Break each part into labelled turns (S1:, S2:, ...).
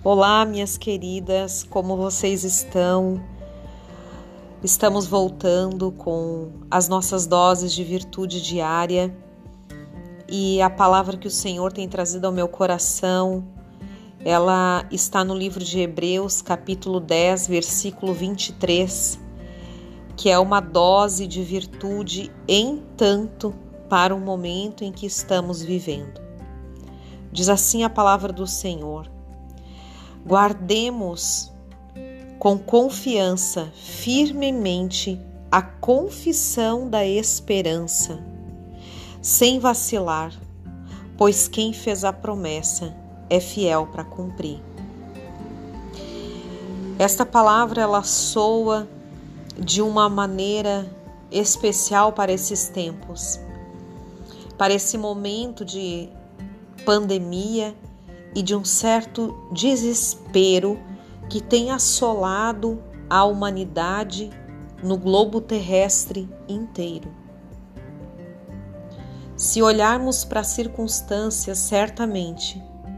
S1: Olá, minhas queridas, como vocês estão? Estamos voltando com as nossas doses de virtude diária e a palavra que o Senhor tem trazido ao meu coração, ela está no livro de Hebreus, capítulo 10, versículo 23, que é uma dose de virtude em tanto para o momento em que estamos vivendo. Diz assim a palavra do Senhor: guardemos com confiança firmemente a confissão da esperança, sem vacilar, pois quem fez a promessa é fiel para cumprir. Esta palavra ela soa de uma maneira especial para esses tempos, para esse momento de pandemia e de um certo desespero que tem assolado a humanidade no globo terrestre inteiro. Se olharmos para as circunstâncias, certamente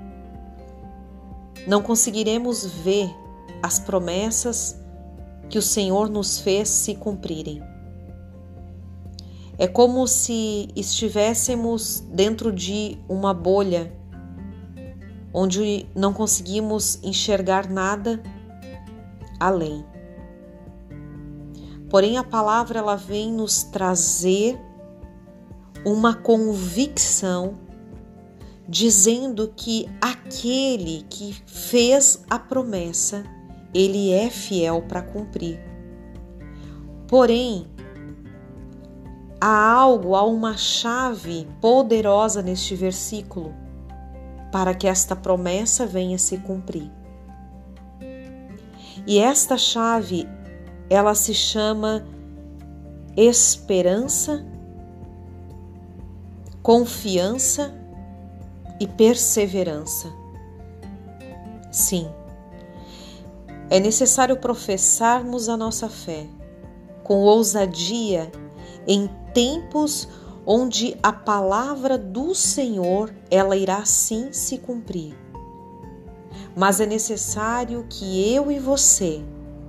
S1: não conseguiremos ver as promessas que o Senhor nos fez se cumprirem. É como se estivéssemos dentro de uma bolha onde não conseguimos enxergar nada além. Porém, a palavra ela vem nos trazer uma convicção, dizendo que aquele que fez a promessa, ele é fiel para cumprir. Porém, há uma chave poderosa neste versículo, para que esta promessa venha se cumprir. E esta chave, ela se chama esperança, confiança e perseverança. Sim, é necessário professarmos a nossa fé com ousadia em tempos onde a palavra do Senhor, ela irá sim se cumprir. Mas é necessário que eu e você,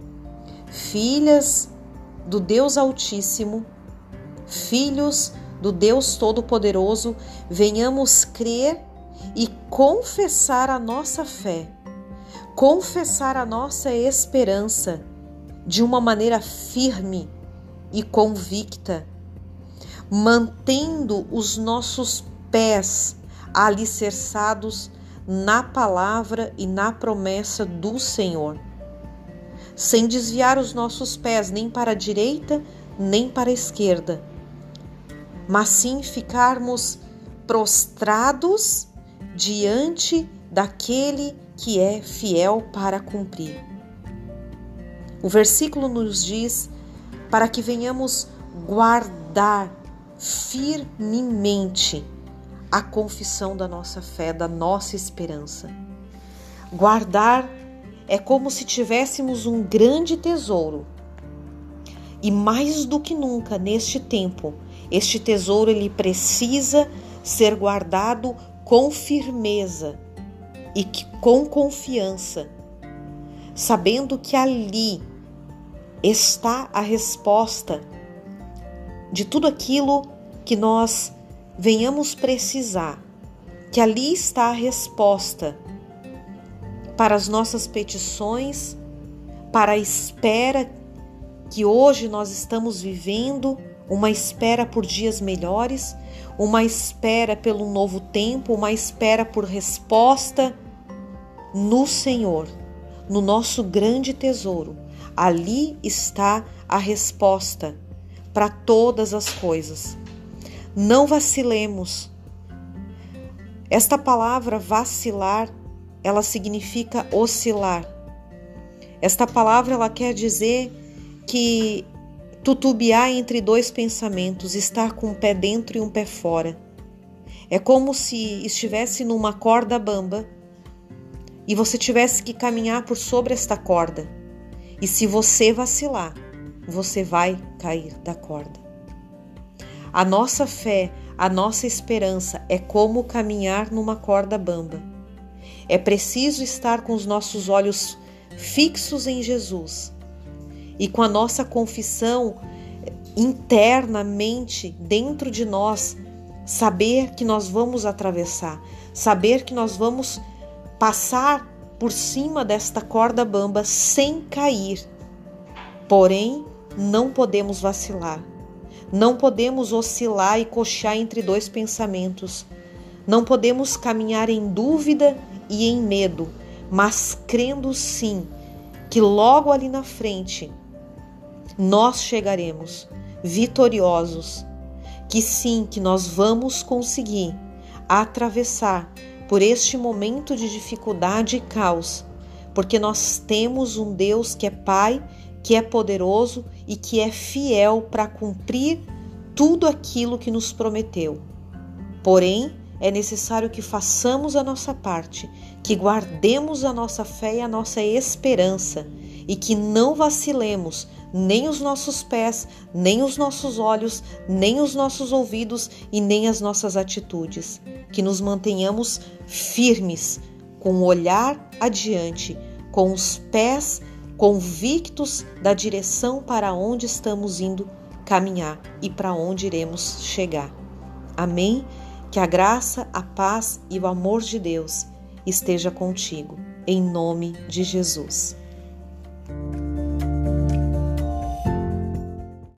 S1: filhas do Deus Altíssimo, filhos do Deus Todo-Poderoso, venhamos crer e confessar a nossa fé, confessar a nossa esperança de uma maneira firme e convicta, mantendo os nossos pés alicerçados na palavra e na promessa do Senhor, sem desviar os nossos pés nem para a direita nem para a esquerda, mas sim ficarmos prostrados diante daquele que é fiel para cumprir. O versículo nos diz para que venhamos guardar firmemente a confissão da nossa fé, da nossa esperança. Guardar é como se tivéssemos um grande tesouro. E mais do que nunca neste tempo, este tesouro ele precisa ser guardado com firmeza e com confiança, sabendo que ali está a resposta de tudo aquilo que nós venhamos precisar, que ali está a resposta para as nossas petições, para a espera que hoje nós estamos vivendo, uma espera por dias melhores, uma espera pelo novo tempo, uma espera por resposta no Senhor, no nosso grande tesouro. Ali está a resposta para todas as coisas. Não vacilemos. Esta palavra vacilar, ela significa oscilar. Esta palavra ela quer dizer que tutubiar entre dois pensamentos, estar com um pé dentro e um pé fora. É como se estivesse numa corda bamba e você tivesse que caminhar por sobre esta corda. E se você vacilar, você vai cair da corda. A nossa fé, a nossa esperança é como caminhar numa corda bamba. É preciso estar com os nossos olhos fixos em Jesus e com a nossa confissão internamente dentro de nós, saber que nós vamos atravessar, saber que nós vamos passar por cima desta corda bamba sem cair. Porém, não podemos vacilar, não podemos oscilar e coxar entre dois pensamentos, não podemos caminhar em dúvida e em medo, mas crendo sim que logo ali na frente nós chegaremos vitoriosos, que sim, que nós vamos conseguir atravessar por este momento de dificuldade e caos, porque nós temos um Deus que é Pai, que é poderoso e que é fiel para cumprir tudo aquilo que nos prometeu. Porém, é necessário que façamos a nossa parte, que guardemos a nossa fé e a nossa esperança e que não vacilemos nem os nossos pés, nem os nossos olhos, nem os nossos ouvidos e nem as nossas atitudes. Que nos mantenhamos firmes, com o olhar adiante, com os pés convictos da direção para onde estamos indo caminhar e para onde iremos chegar. Amém? Que a graça, a paz e o amor de Deus esteja contigo, em nome de Jesus.